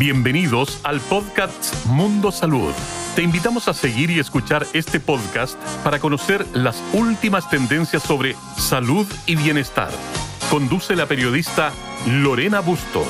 Bienvenidos al podcast Mundo Salud. Te invitamos a seguir y escuchar este podcast para conocer las últimas tendencias sobre salud y bienestar. Conduce la periodista Lorena Bustos.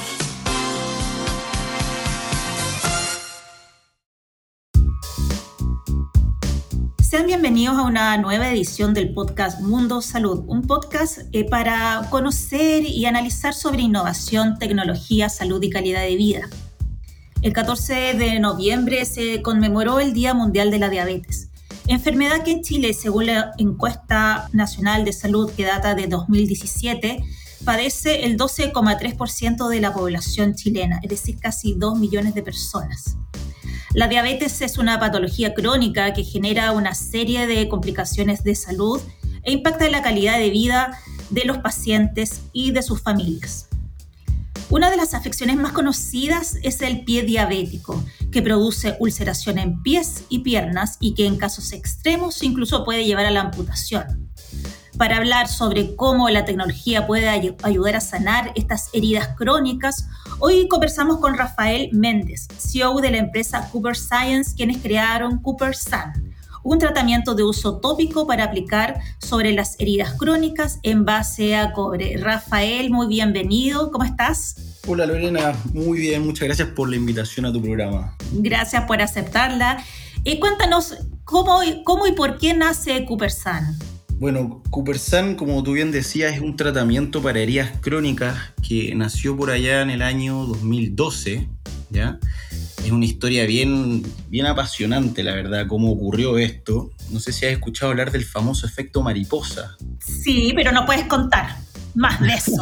Sean bienvenidos a una nueva edición del podcast Mundo Salud, un podcast para conocer y analizar sobre innovación, tecnología, salud y calidad de vida. El 14 de noviembre se conmemoró el Día Mundial de la Diabetes, enfermedad que en Chile, según la encuesta nacional de salud que data de 2017, padece el 12,3% de la población chilena, es decir, casi 2 millones de personas. La diabetes es una patología crónica que genera una serie de complicaciones de salud e impacta en la calidad de vida de los pacientes y de sus familias. Una de las afecciones más conocidas es el pie diabético, que produce ulceración en pies y piernas y que en casos extremos incluso puede llevar a la amputación. Para hablar sobre cómo la tecnología puede ayudar a sanar estas heridas crónicas, hoy conversamos con Rafael Méndez, CEO de la empresa CooperScience, quienes crearon CooperSan, un tratamiento de uso tópico para aplicar sobre las heridas crónicas en base a cobre. Rafael, muy bienvenido, ¿cómo estás? Hola Lorena, muy bien, muchas gracias por la invitación a tu programa. Gracias por aceptarla. Cuéntanos cómo y por qué nace CooperSan. Bueno, CooperSan, como tú bien decías, es un tratamiento para heridas crónicas que nació por allá en el año 2012, ¿ya? Es una historia bien apasionante, la verdad, cómo ocurrió esto. No sé si has escuchado hablar del famoso efecto mariposa. Sí, pero no puedes contar más de eso.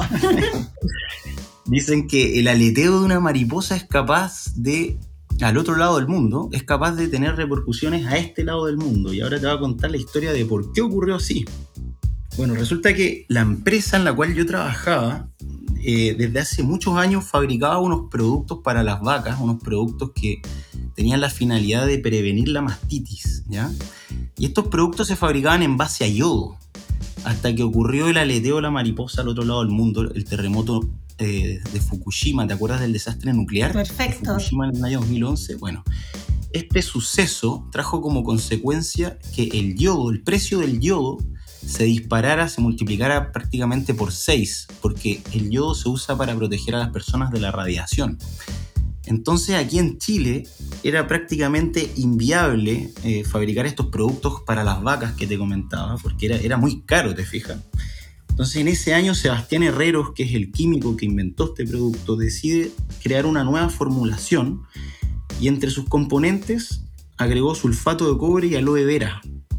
Dicen que el aleteo de una mariposa es capaz de, al otro lado del mundo, es capaz de tener repercusiones a este lado del mundo. Y ahora te voy a contar la historia de por qué ocurrió así. Bueno, resulta que la empresa en la cual yo trabajaba, desde hace muchos años fabricaba unos productos para las vacas, unos productos que tenían la finalidad de prevenir la mastitis, ¿ya? Y estos productos se fabricaban en base a yodo, hasta que ocurrió el aleteo de la mariposa al otro lado del mundo, el terremoto de Fukushima. ¿Te acuerdas del desastre nuclear? Perfecto. De Fukushima en el año 2011. Bueno, este suceso trajo como consecuencia que el yodo, el precio del yodo, se disparara, se multiplicara prácticamente por 6, porque el yodo se usa para proteger a las personas de la radiación. Entonces aquí en Chile era prácticamente inviable fabricar estos productos para las vacas que te comentaba, porque era muy caro, ¿te fijas? Entonces en ese año Sebastián Herreros, que es el químico que inventó este producto, decide crear una nueva formulación y entre sus componentes agregó sulfato de cobre y aloe vera.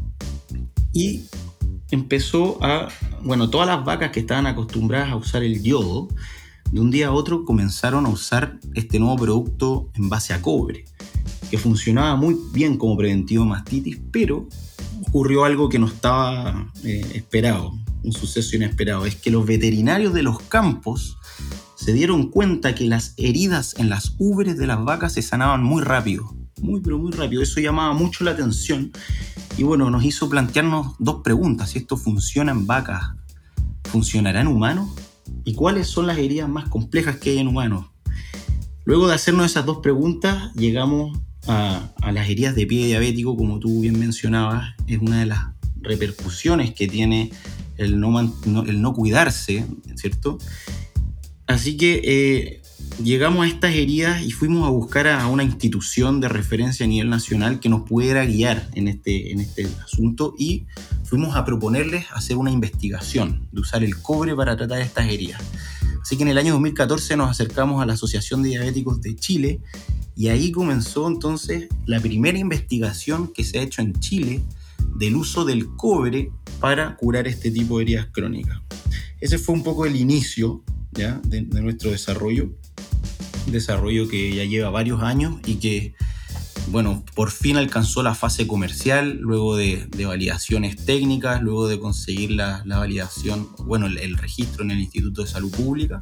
Y empezó todas las vacas que estaban acostumbradas a usar el yodo, de un día a otro comenzaron a usar este nuevo producto en base a cobre, que funcionaba muy bien como preventivo de mastitis, pero ocurrió algo que no estaba esperado, un suceso inesperado. Es que los veterinarios de los campos se dieron cuenta que las heridas en las ubres de las vacas se sanaban muy rápido, pero muy rápido. Eso llamaba mucho la atención y bueno, nos hizo plantearnos dos preguntas: si esto funciona en vacas, ¿funcionará en humanos? ¿Y cuáles son las heridas más complejas que hay en humanos? Luego de hacernos esas dos preguntas, llegamos a las heridas de pie diabético, como tú bien mencionabas. Es una de las repercusiones que tiene el no cuidarse, ¿cierto? Así que llegamos a estas heridas y fuimos a buscar a una institución de referencia a nivel nacional que nos pudiera guiar en este asunto, y fuimos a proponerles hacer una investigación de usar el cobre para tratar estas heridas. Así que en el año 2014 nos acercamos a la Asociación de Diabéticos de Chile y ahí comenzó entonces la primera investigación que se ha hecho en Chile del uso del cobre para curar este tipo de heridas crónicas. Ese fue un poco el inicio, ¿ya?, de nuestro desarrollo. Un desarrollo que ya lleva varios años y que, bueno, por fin alcanzó la fase comercial luego de validaciones técnicas, luego de conseguir la validación, el registro en el Instituto de Salud Pública.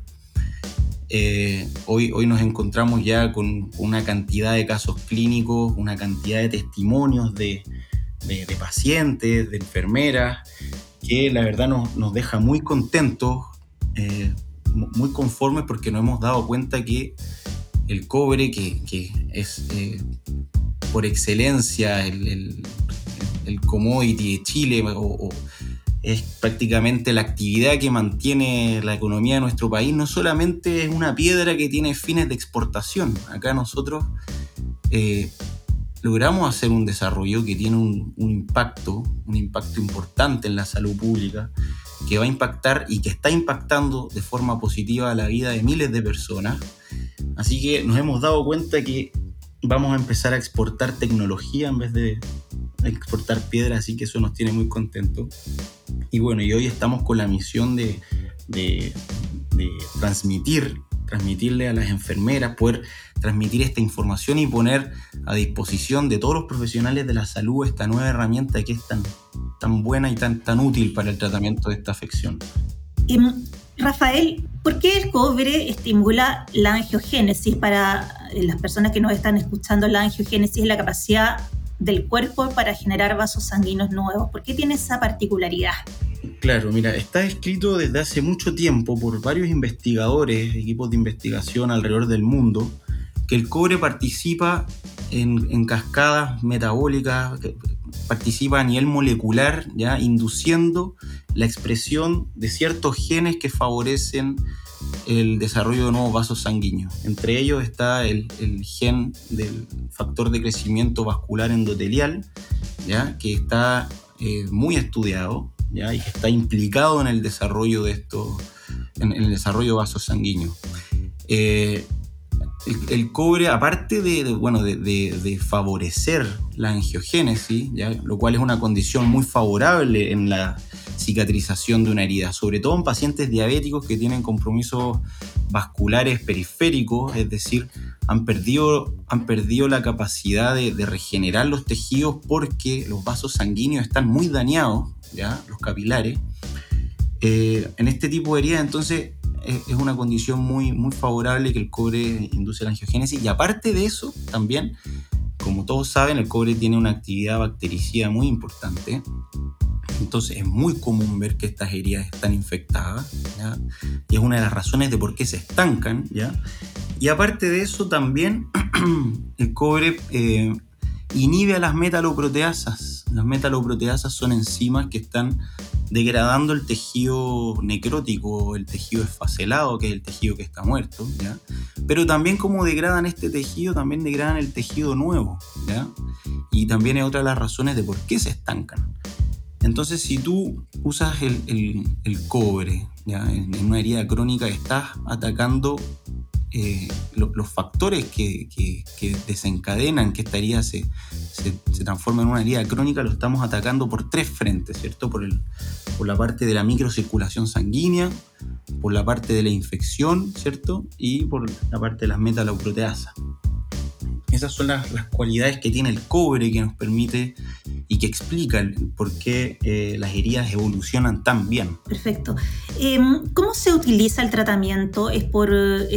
Hoy nos encontramos ya con una cantidad de casos clínicos, una cantidad de testimonios de pacientes, de enfermeras, que la verdad nos deja muy contentos, muy conformes, porque nos hemos dado cuenta que el cobre, que es por excelencia el commodity de Chile, o es prácticamente la actividad que mantiene la economía de nuestro país, no solamente es una piedra que tiene fines de exportación. Acá nosotros logramos hacer un desarrollo que tiene un impacto importante en la salud pública, que va a impactar y que está impactando de forma positiva a la vida de miles de personas. Así que nos hemos dado cuenta que vamos a empezar a exportar tecnología en vez de exportar piedra, así que eso nos tiene muy contentos. Y bueno, y hoy estamos con la misión de transmitirle a las enfermeras, poder transmitir esta información y poner a disposición de todos los profesionales de la salud esta nueva herramienta que es tan buena y tan útil para el tratamiento de esta afección. Rafael, ¿por qué el cobre estimula la angiogénesis? Para las personas que nos están escuchando, la angiogénesis es la capacidad del cuerpo para generar vasos sanguíneos nuevos. ¿Por qué tiene esa particularidad? Claro, mira, está escrito desde hace mucho tiempo por varios investigadores, equipos de investigación alrededor del mundo, que el cobre participa en cascadas metabólicas, participa a nivel molecular, ¿ya? Induciendo la expresión de ciertos genes que favorecen el desarrollo de nuevos vasos sanguíneos. Entre ellos está el gen del factor de crecimiento vascular endotelial, ¿ya? Que está muy estudiado, ¿ya? Y que está implicado en el desarrollo de esto, en el desarrollo de vasos sanguíneos. El cobre, aparte de favorecer la angiogénesis, ¿ya? Lo cual es una condición muy favorable en la cicatrización de una herida, sobre todo en pacientes diabéticos que tienen compromisos vasculares periféricos, es decir, han perdido la capacidad de regenerar los tejidos porque los vasos sanguíneos están muy dañados, ¿ya? Los capilares. En este tipo de heridas, entonces, es una condición muy, muy favorable que el cobre induce la angiogénesis. Y aparte de eso, también, como todos saben, el cobre tiene una actividad bactericida muy importante. Entonces es muy común ver que estas heridas están infectadas, ¿ya? Y es una de las razones de por qué se estancan, ¿ya? Y aparte de eso también el cobre inhibe a las metaloproteasas. Las metaloproteasas son enzimas que están degradando el tejido necrótico, el tejido esfacelado, que es el tejido que está muerto, ¿ya? Pero también como degradan este tejido, también degradan el tejido nuevo, ¿ya? Y también es otra de las razones de por qué se estancan. Entonces, si tú usas el cobre, ¿ya? En una herida crónica, estás atacando los factores que desencadenan que esta herida se transforma en una herida crónica. Lo estamos atacando por 3 frentes, ¿cierto? Por la parte de la microcirculación sanguínea, por la parte de la infección, ¿cierto? Y por la parte de las metaloproteasas. Esas son las cualidades que tiene el cobre, que nos permite y que explican por qué las heridas evolucionan tan bien. Perfecto. ¿Cómo se utiliza el tratamiento? ¿Esto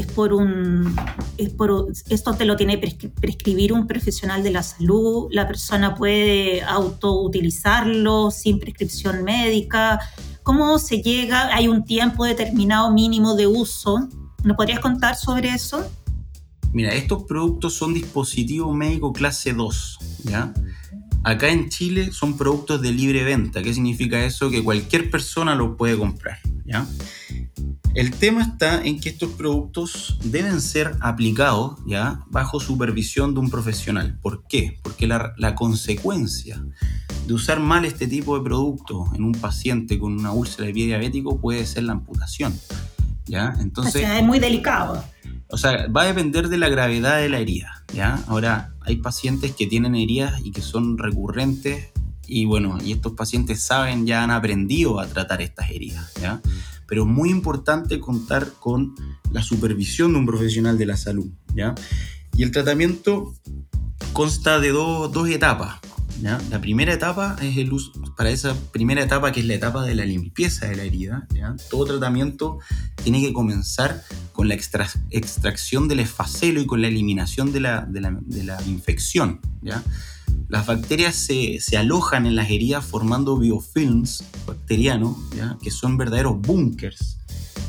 te lo tiene que prescribir un profesional de la salud? ¿La persona puede autoutilizarlo sin prescripción médica? ¿Cómo se llega? ¿Hay un tiempo determinado mínimo de uso? ¿Nos podrías contar sobre eso? Mira, estos productos son dispositivos médicos clase 2, ¿ya? Acá en Chile son productos de libre venta. ¿Qué significa eso? Que cualquier persona los puede comprar, ¿ya? El tema está en que estos productos deben ser aplicados, ¿ya? Bajo supervisión de un profesional. ¿Por qué? Porque la consecuencia de usar mal este tipo de productos en un paciente con una úlcera de pie diabético puede ser la amputación, ¿ya? Entonces, o sea, es muy delicado. O sea, va a depender de la gravedad de la herida, ¿ya? Ahora, hay pacientes que tienen heridas y que son recurrentes y bueno, y estos pacientes saben, ya han aprendido a tratar estas heridas, ¿ya? Pero es muy importante contar con la supervisión de un profesional de la salud, ¿ya? Y el tratamiento consta de dos etapas, ¿ya? La primera etapa es el uso, para esa primera etapa, que es la etapa de la limpieza de la herida, ¿ya? Todo tratamiento tiene que comenzar con la extracción del esfacelo y con la eliminación de la infección, ¿ya? Las bacterias se alojan en las heridas formando biofilms bacterianos, ¿ya? Que son verdaderos búnkers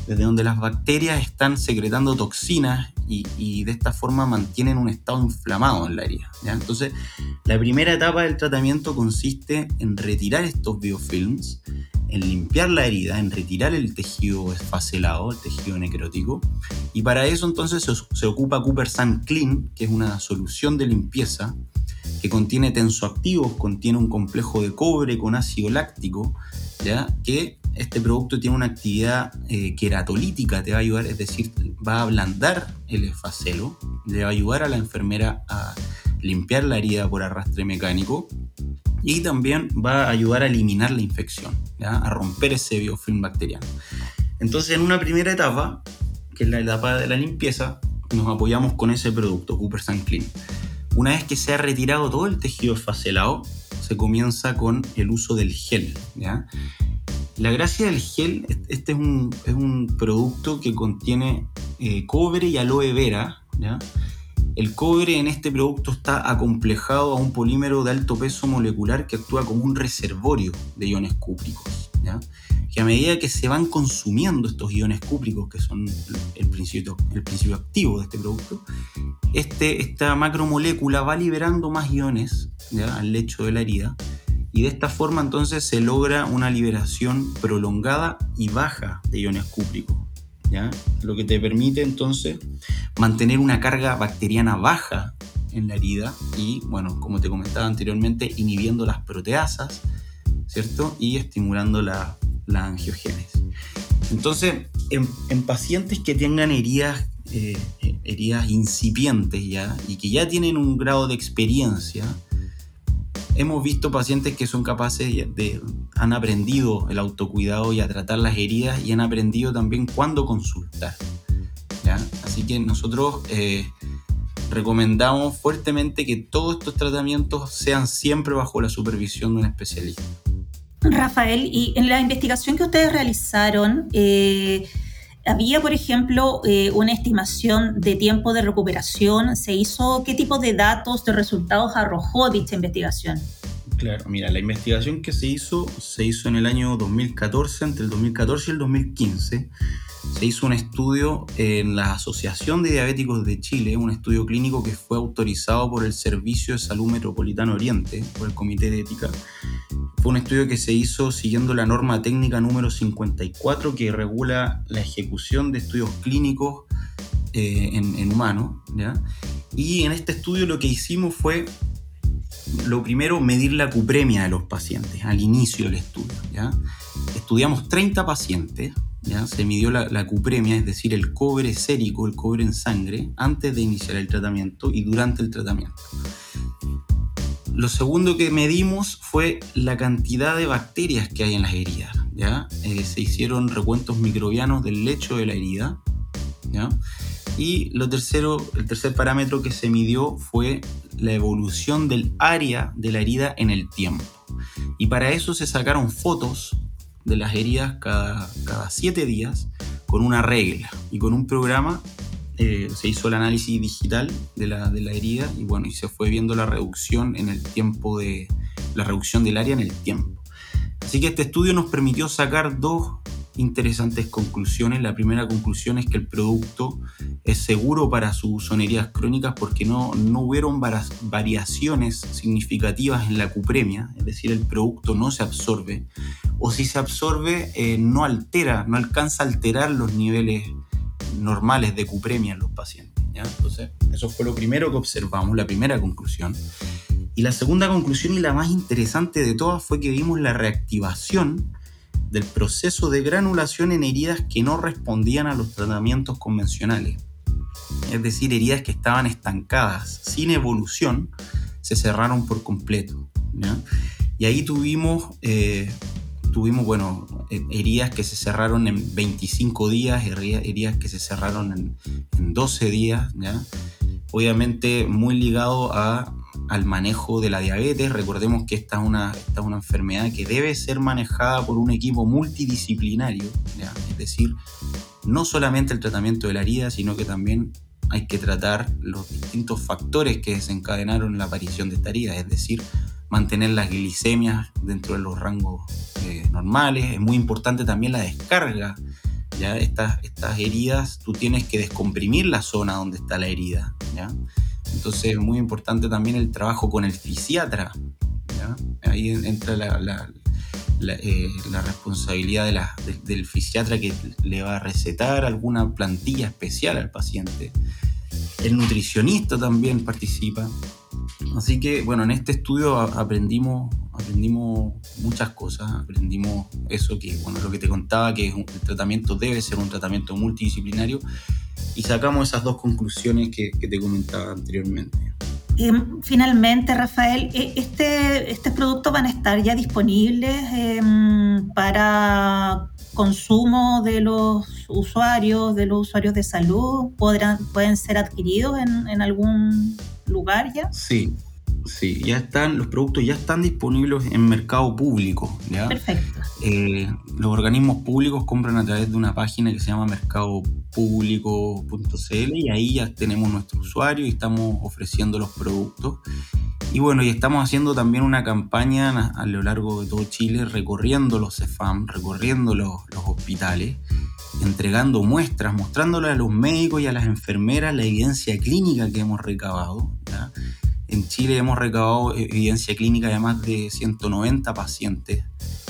desde donde las bacterias están secretando toxinas y de esta forma mantienen un estado inflamado en la herida, ¿ya? Entonces, la primera etapa del tratamiento consiste en retirar estos biofilms, en limpiar la herida, en retirar el tejido esfacelado, el tejido necrótico, y para eso entonces se ocupa Coopersan Clean, que es una solución de limpieza que contiene tensoactivos, contiene un complejo de cobre con ácido láctico, ¿ya? Que este producto tiene una actividad queratolítica, te va a ayudar, es decir, va a ablandar el esfacelo, le va a ayudar a la enfermera a limpiar la herida por arrastre mecánico y también va a ayudar a eliminar la infección, ¿ya? A romper ese biofilm bacteriano. Entonces, en una primera etapa, que es la etapa de la limpieza, nos apoyamos con ese producto, Coopersan Clean. Una vez que se ha retirado todo el tejido esfacelado, se comienza con el uso del gel, ¿ya? La gracia del gel, este es un producto que contiene cobre y aloe vera, ¿ya? El cobre en este producto está acomplejado a un polímero de alto peso molecular que actúa como un reservorio de iones cúpricos, ¿ya? Que a medida que se van consumiendo estos iones cúpricos, que son el principio activo de este producto, esta macromolécula va liberando más iones, ¿ya? Al lecho de la herida, y de esta forma entonces se logra una liberación prolongada y baja de iones cúpricos, ¿ya? Lo que te permite entonces mantener una carga bacteriana baja en la herida y, bueno, como te comentaba anteriormente, inhibiendo las proteasas, ¿cierto? Y estimulando la angiogénesis. Entonces, en pacientes que tengan heridas incipientes ya y que ya tienen un grado de experiencia, hemos visto pacientes que son capaces han aprendido el autocuidado y a tratar las heridas y han aprendido también cuándo consultar, ¿ya? Así que nosotros recomendamos fuertemente que todos estos tratamientos sean siempre bajo la supervisión de un especialista. Rafael, y en la investigación que ustedes realizaron, ¿había, por ejemplo, una estimación de tiempo de recuperación? ¿Se hizo? ¿Qué tipo de datos, de resultados arrojó dicha investigación? Claro, mira, la investigación que se hizo en el año 2014, entre el 2014 y el 2015. Se hizo un estudio en la Asociación de Diabéticos de Chile, un estudio clínico que fue autorizado por el Servicio de Salud Metropolitano Oriente, por el Comité de Ética. Fue un estudio que se hizo siguiendo la norma técnica número 54 que regula la ejecución de estudios clínicos en humanos, ¿ya? Y en este estudio lo que hicimos fue, lo primero, medir la cupremia de los pacientes al inicio del estudio, ¿ya? Estudiamos 30 pacientes, ¿ya? Se midió la cupremia, es decir, el cobre sérico, el cobre en sangre, antes de iniciar el tratamiento y durante el tratamiento. Lo segundo que medimos fue la cantidad de bacterias que hay en las heridas, ¿ya? Se hicieron recuentos microbianos del lecho de la herida, ¿ya? Y el tercer parámetro que se midió fue la evolución del área de la herida en el tiempo. Y para eso se sacaron fotos de las heridas cada 7 días con una regla y con un programa. Se hizo el análisis digital de la herida y bueno, y se fue viendo la reducción en el tiempo la reducción del área en el tiempo. Así que este estudio nos permitió sacar 2 interesantes conclusiones. La primera conclusión es que el producto es seguro para su uso en heridas crónicas porque no hubieron variaciones significativas en la cupremia, es decir, el producto no se absorbe, o si se absorbe no alcanza a alterar los niveles normales de cupremia en los pacientes, ¿ya? Entonces, eso fue lo primero que observamos, la primera conclusión. Y la segunda conclusión, y la más interesante de todas, fue que vimos la reactivación del proceso de granulación en heridas que no respondían a los tratamientos convencionales. Es decir, heridas que estaban estancadas, sin evolución, se cerraron por completo, ¿ya? Y ahí tuvimos heridas que se cerraron en 25 días, heridas que se cerraron en 12 días, ¿ya? Obviamente muy ligado al manejo de la diabetes. Recordemos que esta es una enfermedad que debe ser manejada por un equipo multidisciplinario, ¿ya? Es decir, no solamente el tratamiento de la herida, sino que también hay que tratar los distintos factores que desencadenaron la aparición de esta herida, es decir, mantener las glicemias dentro de los rangos normales. Es muy importante también la descarga ¿ya? Estas heridas, tú tienes que descomprimir la zona donde está la herida, ¿ya? Entonces es muy importante también el trabajo con el fisiatra, ¿ya? Ahí entra la responsabilidad del fisiatra, que le va a recetar alguna plantilla especial al paciente. El nutricionista también participa. Así que, bueno, en este estudio aprendimos muchas cosas. Aprendimos eso, que, bueno, lo que te contaba, que el tratamiento debe ser un tratamiento multidisciplinario, y sacamos esas dos conclusiones que te comentaba anteriormente. Finalmente, Rafael, ¿estos productos van a estar ya disponibles para consumo de los usuarios de salud? ¿Pueden ser adquiridos en algún lugar ya? Sí, los productos ya están disponibles en mercado público, ¿ya? Perfecto. Los organismos públicos compran a través de una página que se llama mercadopublico.cl, y ahí ya tenemos nuestro usuario y estamos ofreciendo los productos. Y bueno, y estamos haciendo también una campaña a lo largo de todo Chile, recorriendo los CEFAM, recorriendo los hospitales, entregando muestras, mostrándole a los médicos y a las enfermeras la evidencia clínica que hemos recabado, ¿ya? En Chile hemos recabado evidencia clínica de más de 190 pacientes,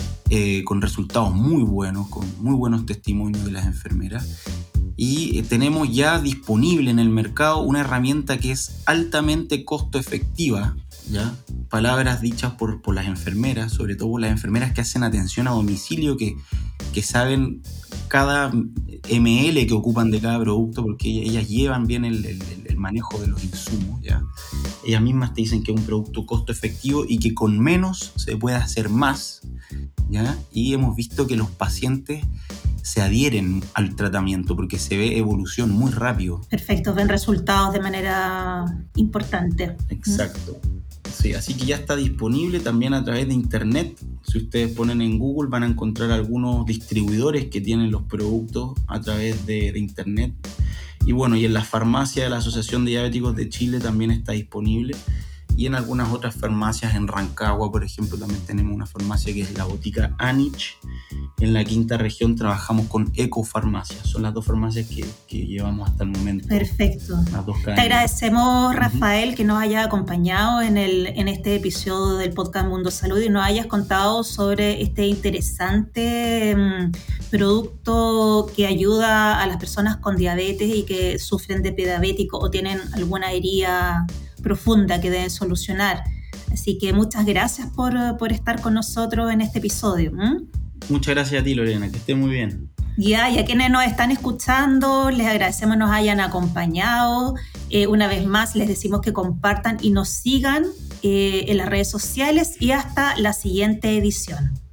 con resultados muy buenos, con muy buenos testimonios de las enfermeras. Y tenemos ya disponible en el mercado una herramienta que es altamente costo efectiva, ¿ya? Palabras dichas por las enfermeras, sobre todo por las enfermeras que hacen atención a domicilio, que saben cada ml que ocupan de cada producto, porque ellas llevan bien el manejo de los insumos, ¿ya? Ellas mismas te dicen que es un producto costo efectivo y que con menos se puede hacer más, ¿ya? Y hemos visto que los pacientes se adhieren al tratamiento porque se ve evolución muy rápido. Perfecto, ven resultados de manera importante. Exacto. Sí, así que ya está disponible también a través de internet. Si ustedes ponen en Google van a encontrar algunos distribuidores que tienen los productos a través de internet. Y bueno, y en las farmacias de la Asociación de Diabéticos de Chile también está disponible. Y en algunas otras farmacias, en Rancagua, por ejemplo, también tenemos una farmacia que es la Botica Anich. En la quinta región trabajamos con Ecofarmacias. Son las dos farmacias que llevamos hasta el momento. Perfecto. Las dos cadenas. Te agradecemos, Rafael, que nos hayas acompañado en este episodio del podcast Mundo Salud y nos hayas contado sobre este interesante producto que ayuda a las personas con diabetes y que sufren de prediabético o tienen alguna herida profunda que deben solucionar. Así que muchas gracias por estar con nosotros en este episodio. Muchas gracias a ti, Lorena, que esté muy bien. Y a quienes nos están escuchando, les agradecemos nos hayan acompañado. Una vez más, les decimos que compartan y nos sigan en las redes sociales, y hasta la siguiente edición.